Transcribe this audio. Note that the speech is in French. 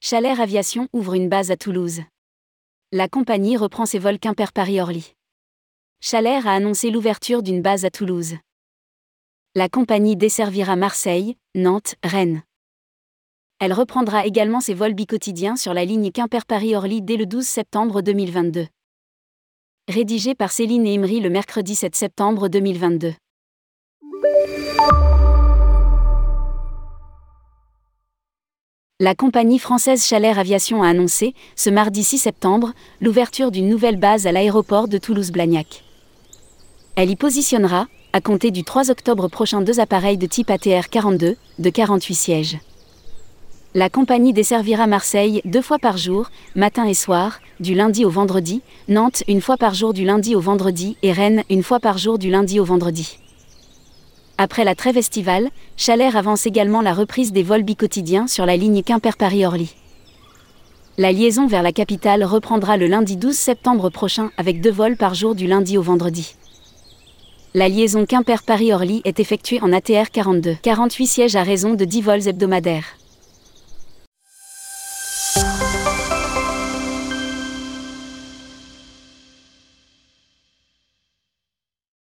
Chalair Aviation ouvre une base à Toulouse. La compagnie reprend ses vols Quimper-Paris-Orly. Chalair a annoncé l'ouverture d'une base à Toulouse. La compagnie desservira Marseille, Nantes, Rennes. Elle reprendra également ses vols biquotidiens sur la ligne Quimper-Paris-Orly dès le 12 septembre 2022. Rédigé par Céline et Imri le mercredi 7 septembre 2022. La compagnie française Chalair Aviation a annoncé, ce mardi 6 septembre, l'ouverture d'une nouvelle base à l'aéroport de Toulouse-Blagnac. Elle y positionnera, à compter du 3 octobre prochain, 2 appareils de type ATR-42, de 48 sièges. La compagnie desservira Marseille 2 fois par jour, matin et soir, du lundi au vendredi, Nantes 1 fois par jour du lundi au vendredi et Rennes 1 fois par jour du lundi au vendredi. Après la trêve estivale, Chalair avance également la reprise des vols biquotidiens sur la ligne Quimper-Paris-Orly. La liaison vers la capitale reprendra le lundi 12 septembre prochain avec 2 vols par jour du lundi au vendredi. La liaison Quimper-Paris-Orly est effectuée en ATR 42, 48 sièges à raison de 10 vols hebdomadaires.